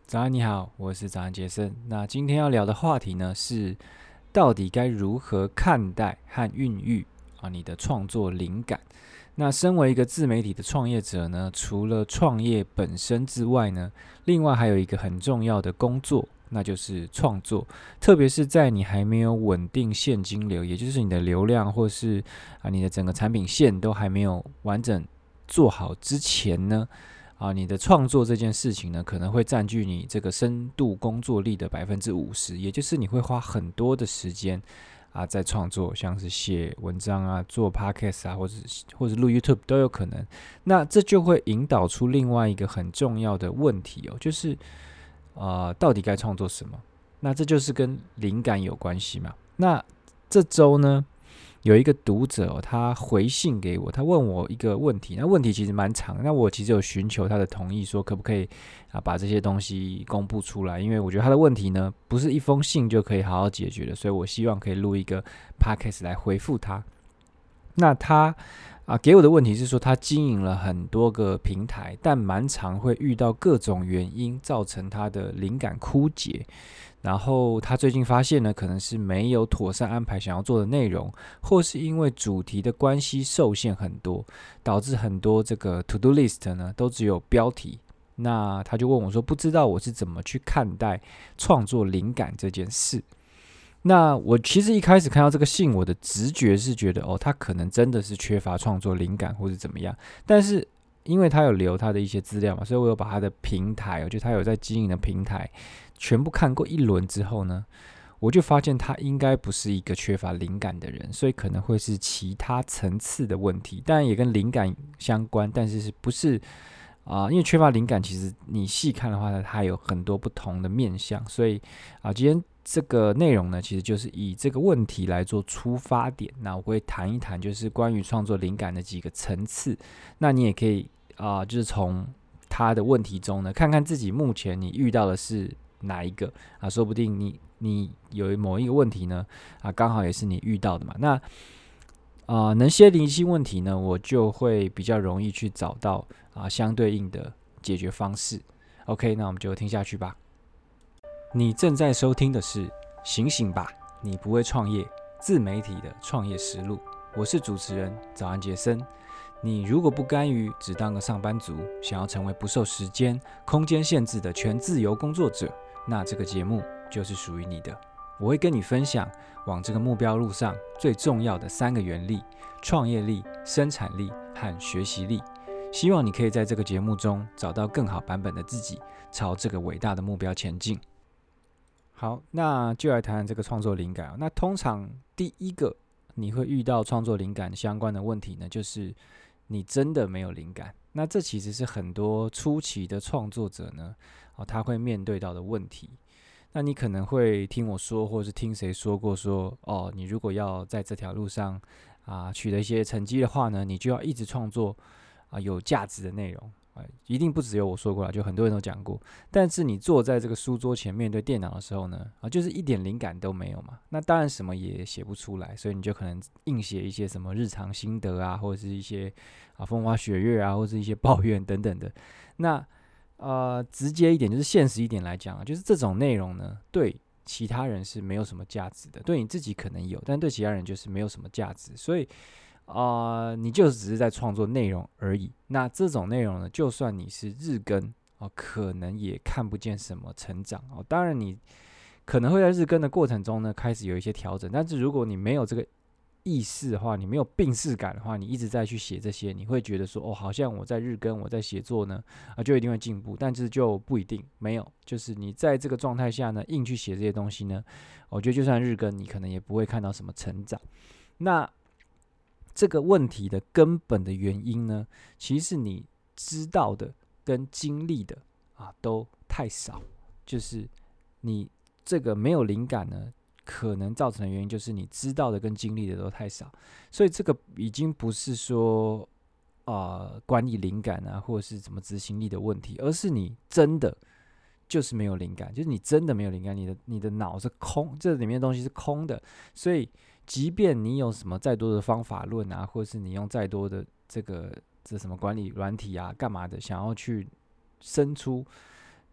早安，你好，我是早安杰森。那今天要聊的话题呢是，到底该如何看待和孕育你的创作灵感？那身为一个自媒体的创业者呢，除了创业本身之外呢，另外还有一个很重要的工作，那就是创作。特别是在你还没有稳定现金流，也就是你的流量或是你的整个产品线都还没有完整做好之前呢，你的创作这件事情呢，可能会占据你这个深度工作力的50%，也就是你会花很多的时间在创作，像是写文章啊、做 podcast 啊，或者录 YouTube 都有可能。那这就会引导出另外一个很重要的问题哦，就是到底该创作什么？那这就是跟灵感有关系嘛。那这周呢，有一个读者他回信给我，他问我一个问题，那问题其实蛮长，那我其实有寻求他的同意，说可不可以把这些东西公布出来，因为我觉得他的问题呢不是一封信就可以好好解决的，所以我希望可以录一个 podcast 来回复他。那他给我的问题是说，他经营了很多个平台，但蛮常会遇到各种原因造成他的灵感枯竭。然后他最近发现呢，可能是没有妥善安排想要做的内容，或是因为主题的关系受限很多，导致很多这个 to do list 呢都只有标题。那他就问我说，不知道我是怎么去看待创作灵感这件事。那我其实一开始看到这个信，我的直觉是觉得，他可能真的是缺乏创作灵感或者怎么样。但是因为他有留他的一些资料嘛，所以我有把他的平台，我觉得他有在经营的平台，全部看过一轮之后呢，我就发现他应该不是一个缺乏灵感的人，所以可能会是其他层次的问题，当然也跟灵感相关，但是不是因为缺乏灵感，其实你细看的话，它有很多不同的面向，所以今天这个内容呢，其实就是以这个问题来做出发点。那我会谈一谈，就是关于创作灵感的几个层次。那你也可以就是从他的问题中呢，看看自己目前你遇到的是哪一个说不定你有某一个问题呢刚好也是你遇到的嘛。那能些灵性问题呢，我就会比较容易去找到相对应的解决方式。OK， 那我们就听下去吧。你正在收听的是《醒醒吧，你不会创业》自媒体的创业实录。我是主持人早安杰森。你如果不甘于只当个上班族，想要成为不受时间、空间限制的全自由工作者，那这个节目就是属于你的。我会跟你分享往这个目标路上最重要的3个原力：创业力、生产力和学习力。希望你可以在这个节目中找到更好版本的自己，朝这个伟大的目标前进。好，那就来谈谈这个创作灵感。那通常第一个你会遇到创作灵感相关的问题呢，就是你真的没有灵感。那这其实是很多初期的创作者呢，他会面对到的问题。那你可能会听我说，或是听谁说过说，你如果要在这条路上取得一些成绩的话呢，你就要一直创作有价值的内容。一定不只有我说过了，就很多人都讲过。但是你坐在这个书桌前面对电脑的时候呢，就是一点灵感都没有嘛。那当然什么也写不出来，所以你就可能硬写一些什么日常心得或者是一些风花雪月或者是一些抱怨等等的。那直接一点就是现实一点来讲就是这种内容呢，对其他人是没有什么价值的，对你自己可能有，但对其他人就是没有什么价值。所以你就只是在创作内容而已。那这种内容呢，就算你是日更可能也看不见什么成长当然，你可能会在日更的过程中呢，开始有一些调整。但是如果你没有这个意识的话，你没有病识感的话，你一直在去写这些，你会觉得说好像我在日更，我在写作呢就一定会进步，但是就不一定。没有，就是你在这个状态下呢，硬去写这些东西呢，我觉得就算日更，你可能也不会看到什么成长。那这个问题的根本的原因呢，其实是你知道的跟经历的都太少。就是你这个没有灵感呢，可能造成的原因就是你知道的跟经历的都太少。所以这个已经不是说管理灵感或者是怎么执行力的问题，而是你真的就是没有灵感，就是你真的没有灵感，你的脑是空，这里面的东西是空的。所以即便你有什么再多的方法论或者是你用再多的这什么管理软体干嘛的，想要去生出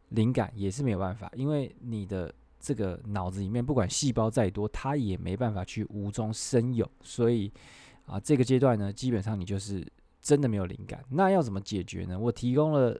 灵感也是没有办法，因为你的这个脑子里面不管细胞再多，它也没办法去无中生有，所以这个阶段呢，基本上你就是真的没有灵感。那要怎么解决呢？我提供了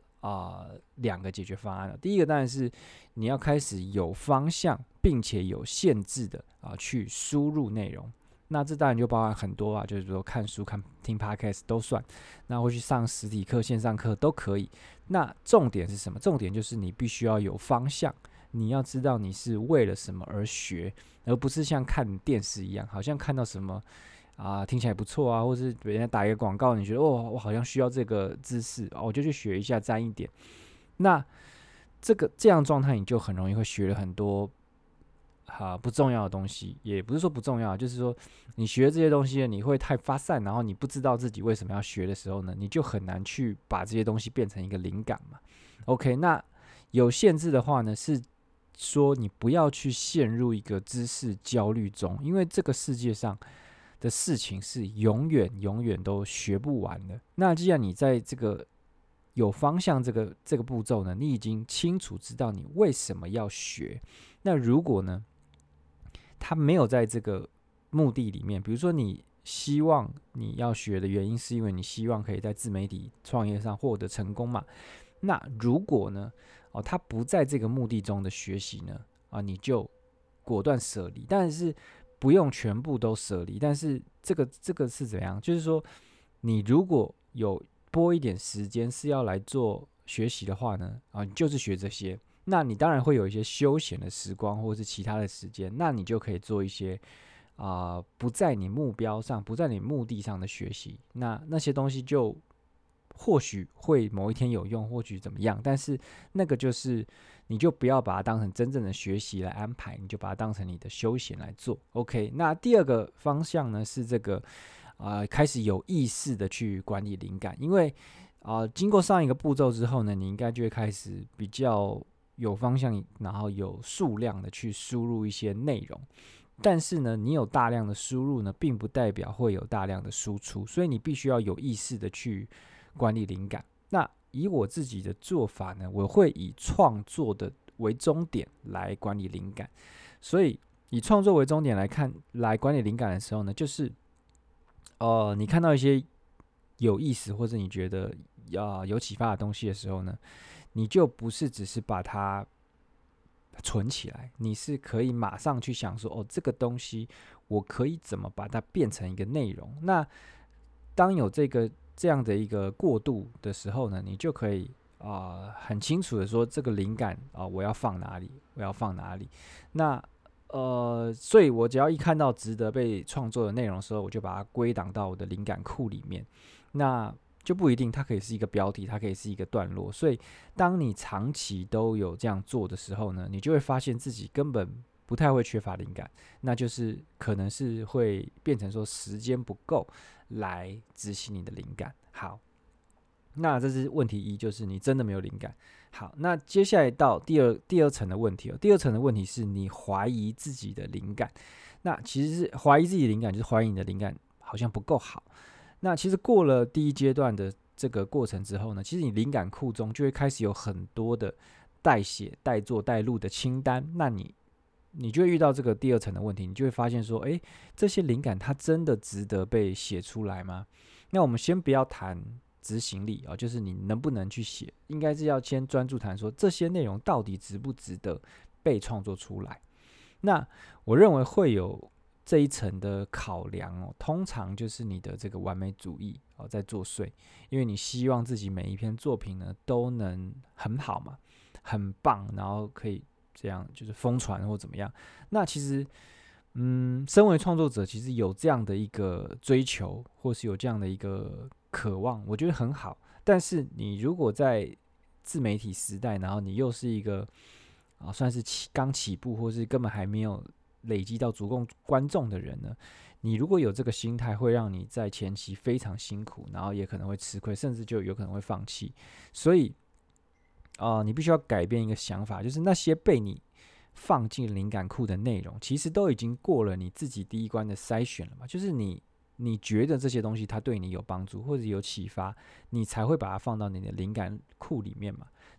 2个解决方案了。第一个当然是你要开始有方向，并且有限制的去输入内容。那这当然就包含很多就是说看书、听 podcast 都算，那或去上实体课、线上课都可以。那重点是什么？重点就是你必须要有方向，你要知道你是为了什么而学，而不是像看电视一样，好像看到什么听起来不错或是别人打一个广告，你觉得我好像需要这个知识我就去学一下，沾一点。那这样状态，你就很容易会学了很多不重要的东西，也不是说不重要，就是说你学这些东西你会太发散，然后你不知道自己为什么要学的时候呢，你就很难去把这些东西变成一个灵感嘛。OK， 那有限制的话呢，是说你不要去陷入一个知识焦虑中，因为这个世界上的事情是永远都学不完的。那既然你在这个有方向这个步骤呢，你已经清楚知道你为什么要学。那如果呢，他没有在这个目的里面，比如说你希望你要学的原因是因为你希望可以在自媒体创业上获得成功嘛？那如果呢，他不在这个目的中的学习呢，你就果断舍离。但是不用全部都舍离，但是这个是怎样？就是说，你如果有拨一点时间是要来做学习的话呢，你就是学这些。那你当然会有一些休闲的时光，或是其他的时间，那你就可以做一些不在你目标上、不在你目的上的学习。那些东西就或许会某一天有用，或许怎么样，但是那个就是你就不要把它当成真正的学习来安排，你就把它当成你的休闲来做。OK， 那第二个方向呢是这个开始有意识的去管理灵感，因为经过上一个步骤之后呢，你应该就会开始比较有方向，然后有数量的去输入一些内容。但是呢，你有大量的输入呢，并不代表会有大量的输出，所以你必须要有意识的去管理灵感。那以我自己的做法呢，我会以创作的为终点来管理灵感。所以以创作为终点来管理灵感的时候呢，就是你看到一些有意思或者你觉得有启发的东西的时候呢，你就不是只是把它存起来，你是可以马上去想说，这个东西我可以怎么把它变成一个内容。那当有这样的一个过渡的时候呢，你就可以很清楚的说，这个灵感我要放哪里，我要放哪里。那所以我只要一看到值得被创作的内容的时候，我就把它归档到我的灵感库里面。那就不一定，它可以是一个标题，它可以是一个段落。所以，当你长期都有这样做的时候呢，你就会发现自己根本不太会缺乏灵感，那就是可能是会变成说时间不够来执行你的灵感。好，那这是问题一，就是你真的没有灵感。好，那接下来到第二层的问题第二层的问题是你怀疑自己的灵感。那其实是怀疑自己的灵感，就是怀疑你的灵感好像不够好。那其实过了第一阶段的这个过程之后呢，其实你灵感库中就会开始有很多的待写、待做、待录的清单。那你就会遇到这个第二层的问题，你就会发现说，这些灵感它真的值得被写出来吗？那我们先不要谈执行力就是你能不能去写，应该是要先专注谈说这些内容到底值不值得被创作出来。那我认为会有这一层的考量通常就是你的这个完美主义在作祟，因为你希望自己每一篇作品呢都能很好嘛，很棒，然后可以这样就是疯传或怎么样。那其实身为创作者，其实有这样的一个追求，或是有这样的一个渴望，我觉得很好。但是你如果在自媒体时代，然后你又是一个算是刚起步，或是根本还没有累积到足够观众的人呢，你如果有这个心态，会让你在前期非常辛苦，然后也可能会吃亏，甚至就有可能会放弃。所以你必须要改变一个想法，就是那些被你放进灵感库的内容，其实都已经过了你自己第一关的筛选了嘛。就是你觉得这些东西它对你有帮助或者有启发，你才会把它放到你的灵感库里面嘛。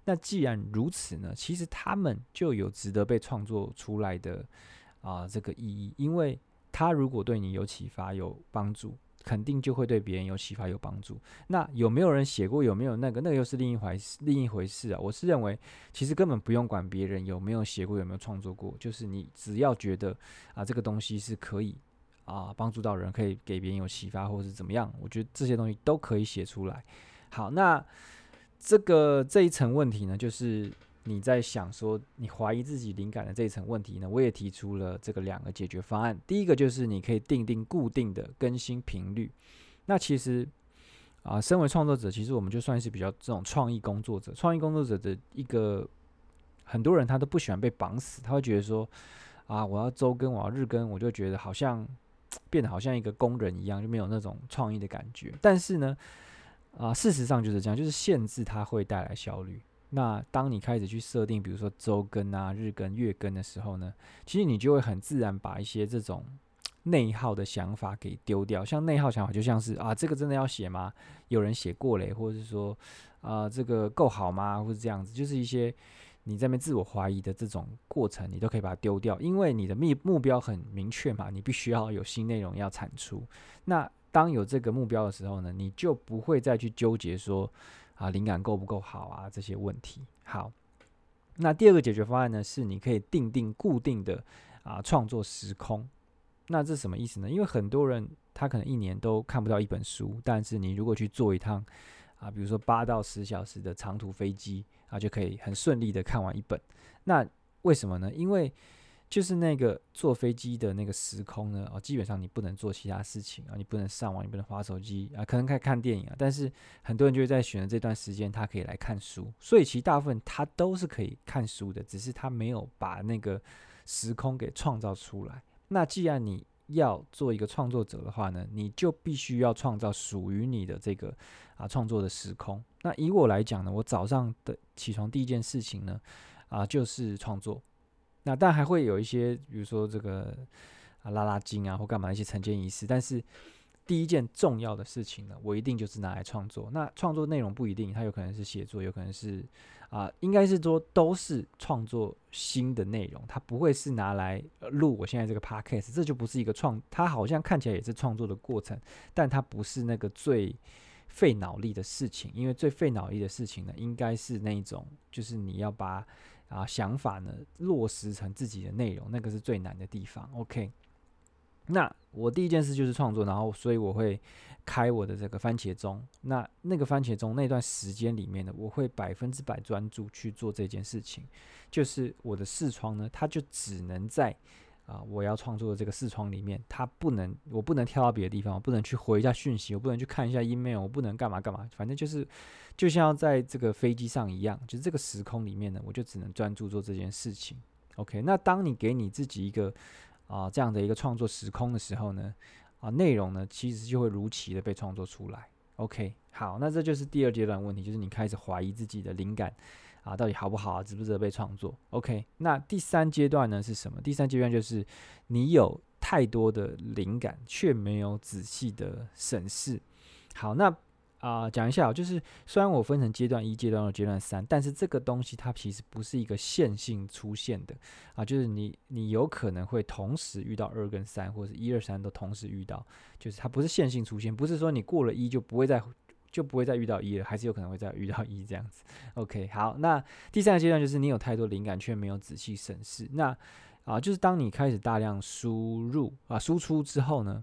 那既然如此呢，其实他们就有值得被创作出来的这个意义，因为他如果对你有启发、有帮助，肯定就会对别人有启发、有帮助。那有没有人写过？有没有那个又是另一回事啊！我是认为，其实根本不用管别人有没有写过、有没有创作过，就是你只要觉得这个东西是可以帮助到人，可以给别人有启发，或是怎么样，我觉得这些东西都可以写出来。好，那这一层问题呢，就是你在想说你怀疑自己灵感的这一层问题呢，我也提出了这个2个解决方案。第一个就是你可以定固定的更新频率。那其实身为创作者，其实我们就算是比较这种创意工作者。创意工作者的一个很多人他都不喜欢被绑死，他会觉得说我要周更，我要日更，我就觉得好像变得好像一个工人一样，就没有那种创意的感觉。但是呢，事实上就是这样，就是限制它会带来效率。那当你开始去设定，比如说周更日更、月更的时候呢，其实你就会很自然把一些这种内耗的想法给丢掉。像内耗想法就像是这个真的要写吗？有人写过嘞，或者是说这个够好吗？或者这样子，就是一些你在那边自我怀疑的这种过程，你都可以把它丢掉，因为你的目标很明确嘛，你必须要有新内容要产出。那当有这个目标的时候呢，你就不会再去纠结说灵感够不够好这些问题。好，那第二个解决方案呢，是你可以定固定的创作时空。那这是什么意思呢？因为很多人他可能1年都看不到一本书，但是你如果去做一趟比如说8到10小时的长途飞机就可以很顺利的看完一本。那为什么呢？因为就是那个坐飞机的那个时空呢，基本上你不能做其他事情你不能上网，你不能滑手机可能可以看电影但是很多人就会在选择这段时间，他可以来看书。所以其实大部分他都是可以看书的，只是他没有把那个时空给创造出来。那既然你要做一个创作者的话呢，你就必须要创造属于你的这个创作的时空。那以我来讲呢，我早上的起床第一件事情呢就是创作。那当然还会有一些，比如说这个拉筋或干嘛一些晨间仪式，但是第一件重要的事情呢，我一定就是拿来创作。那创作内容不一定，它有可能是写作，有可能是应该是说都是创作新的内容，它不会是拿来录我现在这个 podcast， 这就不是一个它好像看起来也是创作的过程，但它不是那个最费脑力的事情。因为最费脑力的事情呢，应该是那一种，就是你要把想法呢落实成自己的内容，那个是最难的地方。 OK， 那我第一件事就是创作，然后所以我会开我的这个番茄钟。那个番茄钟那段时间里面呢，我会100%专注去做这件事情，就是我的视窗呢，它就只能在我要创作的这个视窗里面，我不能跳到别的地方，我不能去回一下讯息，我不能去看一下 email， 我不能干嘛，反正就是就像要在这个飞机上一样，就是这个时空里面呢，我就只能专注做这件事情。 OK， 那当你给你自己一个这样的一个创作时空的时候呢，内容呢其实就会如期的被创作出来。 OK， 好，那这就是第2阶段的问题，就是你开始怀疑自己的灵感到底好不好值不值得被创作。 OK， 那第3阶段呢是什么？第3阶段就是你有太多的灵感却没有仔细的审视。好，那讲一下就是虽然我分成阶段1、阶段2、阶段3，但是这个东西它其实不是一个线性出现的就是你有可能会同时遇到2跟3，或者是1、2、3都同时遇到，就是它不是线性出现，不是说你过了1就不会再遇到1了，还是有可能会再遇到1这样子。 OK， 好，那第3个阶段就是你有太多灵感却没有仔细审视。那就是当你开始大量输出之后呢，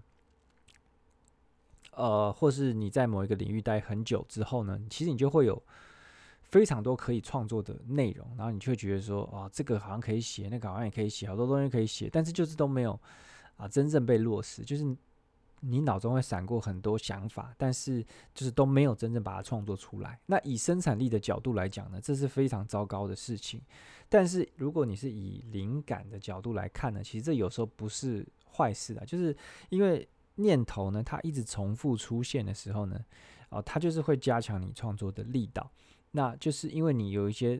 或是你在某一个领域待很久之后呢，其实你就会有非常多可以创作的内容，然后你就会觉得说这个好像可以写，那个好像也可以写，好多东西可以写，但是就是都没有真正被落实。就是你脑中会闪过很多想法，但是就是都没有真正把它创作出来。那以生产力的角度来讲呢，这是非常糟糕的事情。但是如果你是以灵感的角度来看呢，其实这有时候不是坏事就是因为念头呢，它一直重复出现的时候呢，它就是会加强你创作的力道。那就是因为你有一些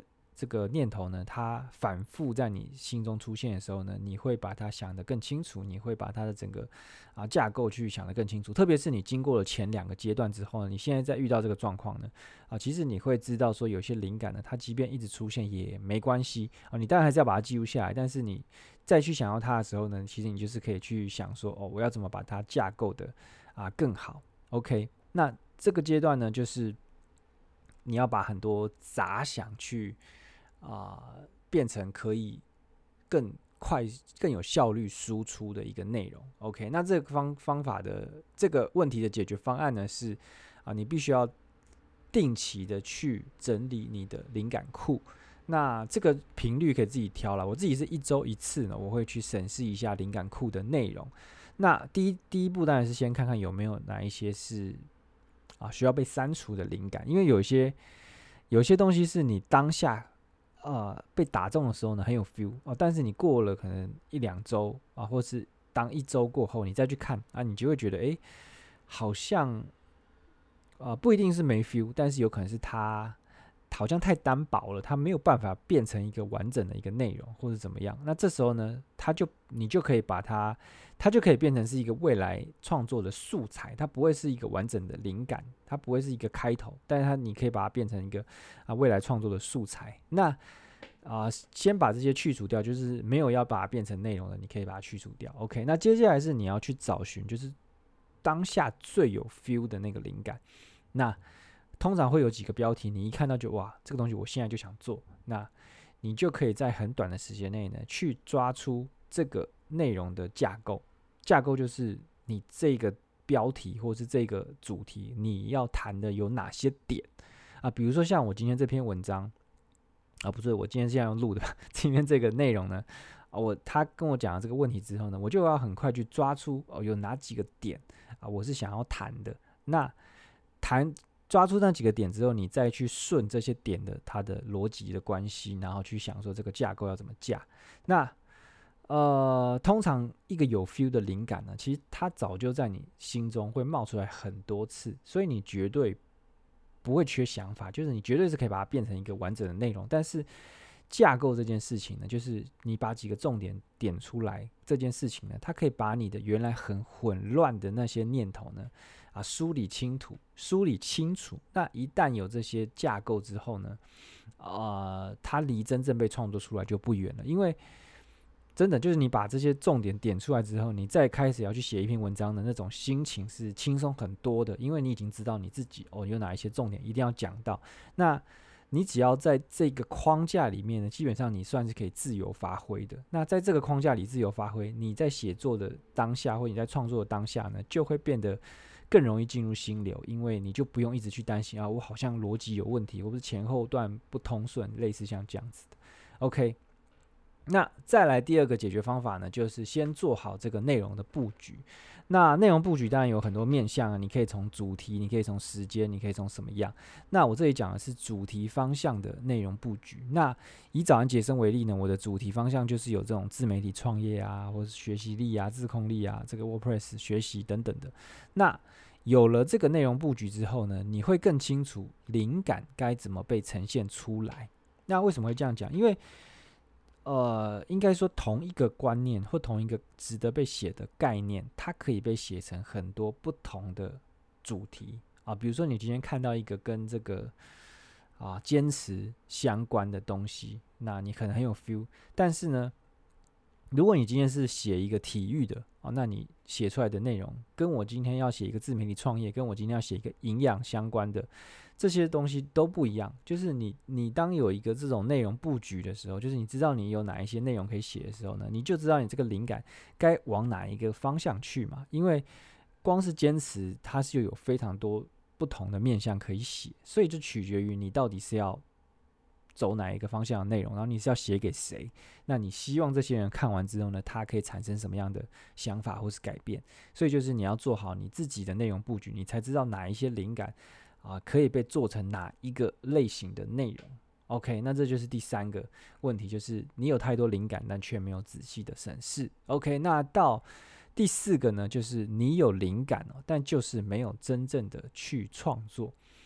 这个念头呢，它反复在你心中出现的时候呢，你会把它想得更清楚，你会把它的整个架构去想得更清楚。特别是你经过了前2个阶段之后呢，你现在在遇到这个状况呢，其实你会知道说有些灵感呢，它即便一直出现也没关系你当然还是要把它记录下来，但是你再去想要它的时候呢，其实你就是可以去想说我要怎么把它架构的更好。OK， 那这个阶段呢，就是你要把很多杂想去变成可以更快、更有效率输出的一个内容。OK， 那这个方法的这个问题的解决方案呢是你必须要定期的去整理你的灵感库。那这个频率可以自己挑啦，我自己是1周1次呢，我会去审视一下灵感库的内容。那第一步当然是先看看有没有哪一些是需要被删除的灵感，因为有些东西是你当下被打中的时候呢很有 feel 但是你过了可能1-2周或是当1周过后你再去看你就会觉得好像不一定是没 feel， 但是有可能是它好像太单薄了，它没有办法变成一个完整的一个内容，或者怎么样。那这时候呢，你就可以把它就可以变成是一个未来创作的素材，它不会是一个完整的灵感，它不会是一个开头，但是你可以把它变成一个未来创作的素材。那先把这些去除掉，就是没有要把它变成内容的，你可以把它去除掉。OK， 那接下来是你要去找寻，就是当下最有 feel 的那个灵感。那通常会有几个标题，你一看到就哇，这个东西我现在就想做，那你就可以在很短的时间内呢，去抓出这个内容的架构。架构就是你这个标题或是这个主题，你要谈的有哪些点比如说像我今天这篇文章不是我今天是这样录的，今天这个内容呢，他跟我讲了这个问题之后呢，我就要很快去抓出有哪几个点我是想要谈的。那抓出那几个点之后，你再去顺这些点的它的逻辑的关系，然后去想说这个架构要怎么架。那通常一个有 feel 的灵感呢，其实它早就在你心中会冒出来很多次，所以你绝对不会缺想法，就是你绝对是可以把它变成一个完整的内容。但是架构这件事情呢，就是你把几个重点点出来，这件事情呢，它可以把你的原来很混乱的那些念头呢梳理清楚。那一旦有这些架构之后呢，它离真正被创作出来就不远了。因为真的就是你把这些重点点出来之后，你再开始要去写一篇文章的那种心情是轻松很多的，因为你已经知道你自己有哪一些重点一定要讲到。那你只要在这个框架里面呢，基本上你算是可以自由发挥的。那在这个框架里自由发挥，你在写作的当下或你在创作的当下呢，就会变得更容易进入心流，因为你就不用一直去担心我好像逻辑有问题，或是前后段不通顺，类似像这样子的。OK， 那再来第2个解决方法呢，就是先做好这个内容的布局。那内容布局当然有很多面向你可以从主题，你可以从时间，你可以从什么样。那我这里讲的是主题方向的内容布局。那以早安杰森为例呢，我的主题方向就是有这种自媒体创业或是学习力自控力这个 WordPress 学习等等的。那有了这个内容布局之后呢，你会更清楚灵感该怎么被呈现出来。那为什么会这样讲？因为应该说同一个观念或同一个值得被写的概念，它可以被写成很多不同的主题比如说你今天看到一个跟这个坚持相关的东西，那你可能很有 feel， 但是呢，如果你今天是写一个体育的那你写出来的内容跟我今天要写一个自媒体创业，跟我今天要写一个营养相关的这些东西都不一样。就是你当有一个这种内容布局的时候，就是你知道你有哪一些内容可以写的时候呢，你就知道你这个灵感该往哪一个方向去嘛。因为光是坚持它是有非常多不同的面向可以写，所以就取决于你到底是要走哪一个方向的内容，然后你是要写给谁，那你希望这些人看完之后呢，他可以产生什么样的想法或是改变。所以就是你要做好你自己的内容布局，你才知道哪一些灵感可以被做成哪一个类型的内容。 OK， 那这就是第3个问题，就是你有太多灵感但却没有仔细的审视。 OK， 那到第4个呢，就是你有灵感但就是没有真正的去创作。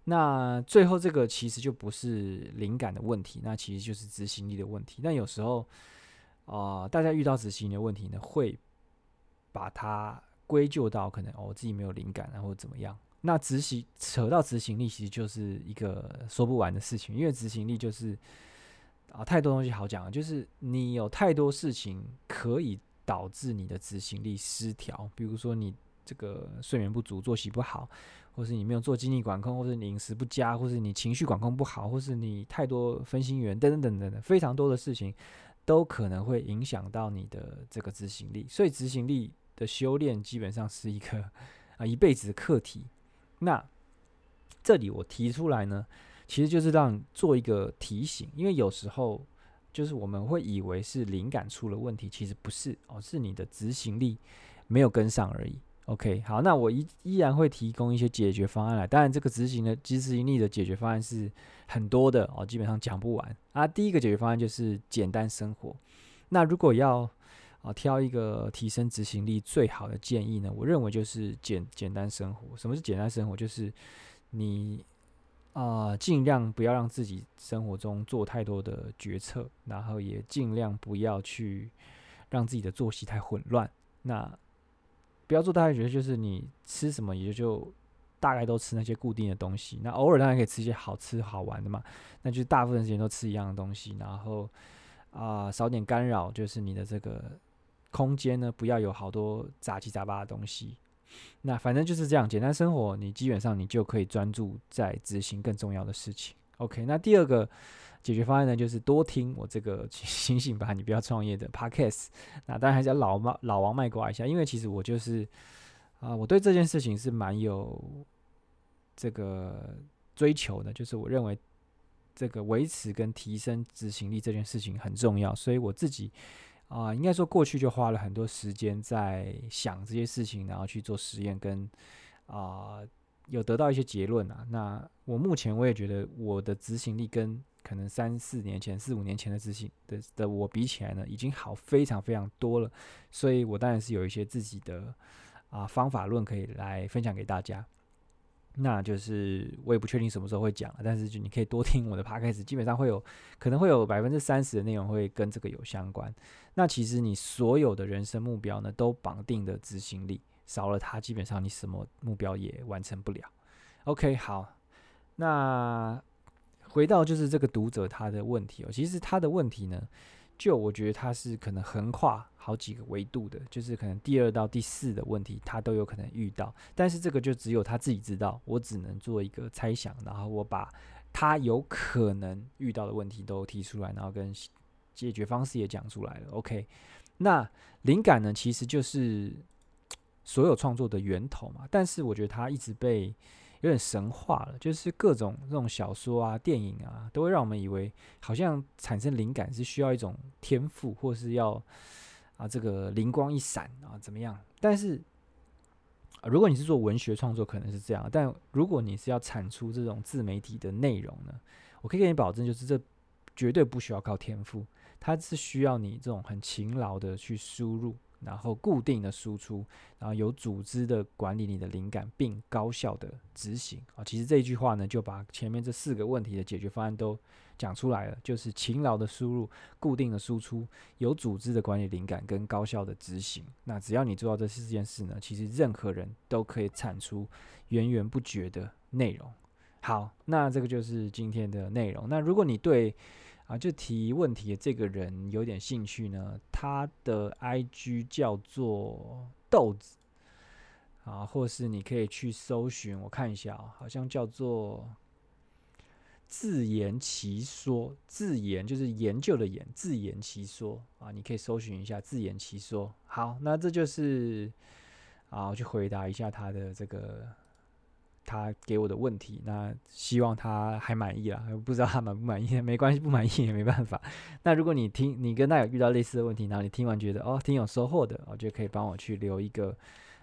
那最后这个其实就不是灵感的问题，那其实就是执行力的问题。但有时候大家遇到执行力的问题呢，会把它归咎到可能我自己没有灵感啊，或者怎么样。那扯到执行力，其实就是一个说不完的事情，因为执行力就是太多东西好讲了，就是你有太多事情可以导致你的执行力失调，比如说你这个睡眠不足、作息不好，或是你没有做精力管控，或是你饮食不佳，或是你情绪管控不好，或是你太多分心源等等等等的，非常多的事情都可能会影响到你的这个执行力。所以执行力的修炼基本上是一个一辈子的课题。那这里我提出来呢，其实就是让做一个提醒，因为有时候就是我们会以为是灵感出了问题，其实不是是你的执行力没有跟上而已。OK， 好，那我依然会提供一些解决方案来。当然，这个执行力的解决方案是很多的基本上讲不完啊。第一个解决方案就是简单生活。那如果要挑一个提升执行力最好的建议呢，我认为就是简单生活。什么是简单生活？就是你尽量不要让自己生活中做太多的决策，然后也尽量不要去让自己的作息太混乱。那不要做太多决策，就是你吃什么也就大概都吃那些固定的东西。那偶尔当然可以吃一些好吃好玩的嘛，那就是大部分时间都吃一样的东西，然后少点干扰，就是你的这个空间呢，不要有好多杂七杂八的东西。那反正就是这样，简单生活，你基本上你就可以专注在执行更重要的事情。OK， 那第二个解决方案呢，就是多听我这个醒醒吧，你不要创业的 Podcast。那当然还是要老王卖瓜一下，因为其实我就是我对这件事情是蛮有这个追求的，就是我认为这个维持跟提升执行力这件事情很重要，所以我自己应该说过去就花了很多时间在想这些事情，然后去做实验跟有得到一些结论啊。那我目前我也觉得我的执行力跟可能4-5年前的执行的我比起来呢，已经好非常非常多了。所以我当然是有一些自己的方法论可以来分享给大家。那就是我也不确定什么时候会讲，但是就你可以多听我的 podcast， 基本上可能会有30%的内容会跟这个有相关。那其实你所有的人生目标呢，都绑定的执行力，少了它，基本上你什么目标也完成不了。OK， 好，那回到就是这个读者他的问题其实他的问题呢，就我觉得他是可能横跨好几个维度的，就是可能第2到第4的问题他都有可能遇到，但是这个就只有他自己知道，我只能做一个猜想，然后我把他有可能遇到的问题都提出来，然后跟解决方式也讲出来了。OK， 那灵感呢，其实就是所有创作的源头嘛，但是我觉得它一直被有点神化了，就是各种这种小说啊、电影啊，都会让我们以为好像产生灵感是需要一种天赋，或是要这个灵光一闪怎么样？但是如果你是做文学创作，可能是这样，但如果你是要产出这种自媒体的内容呢，我可以给你保证，就是这绝对不需要靠天赋，它是需要你这种很勤劳的去输入，然后固定的输出，然后有组织的管理你的灵感，并高效的执行其实这一句话呢，就把前面这4个问题的解决方案都讲出来了，就是勤劳的输入、固定的输出、有组织的管理灵感跟高效的执行。那只要你做到这4件事呢，其实任何人都可以产出源源不绝的内容。好，那这个就是今天的内容。那如果你对就提问题的这个人有点兴趣呢，他的 IG 叫做豆子或是你可以去搜寻，我看一下好像叫做自言其说，自言就是研究的研，自言其说你可以搜寻一下自言其说。好，那这就是我去回答一下他的这个他给我的问题，那希望他还满意啦，不知道他满不满意，没关系，不满意也没办法。那如果你跟他有遇到类似的问题，然后你听完觉得挺有收获的，就可以帮我去留一个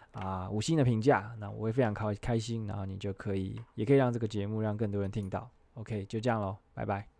5星的评价，那我会非常开心，然后你就可以也可以让这个节目让更多人听到。OK， 就这样咯，拜拜。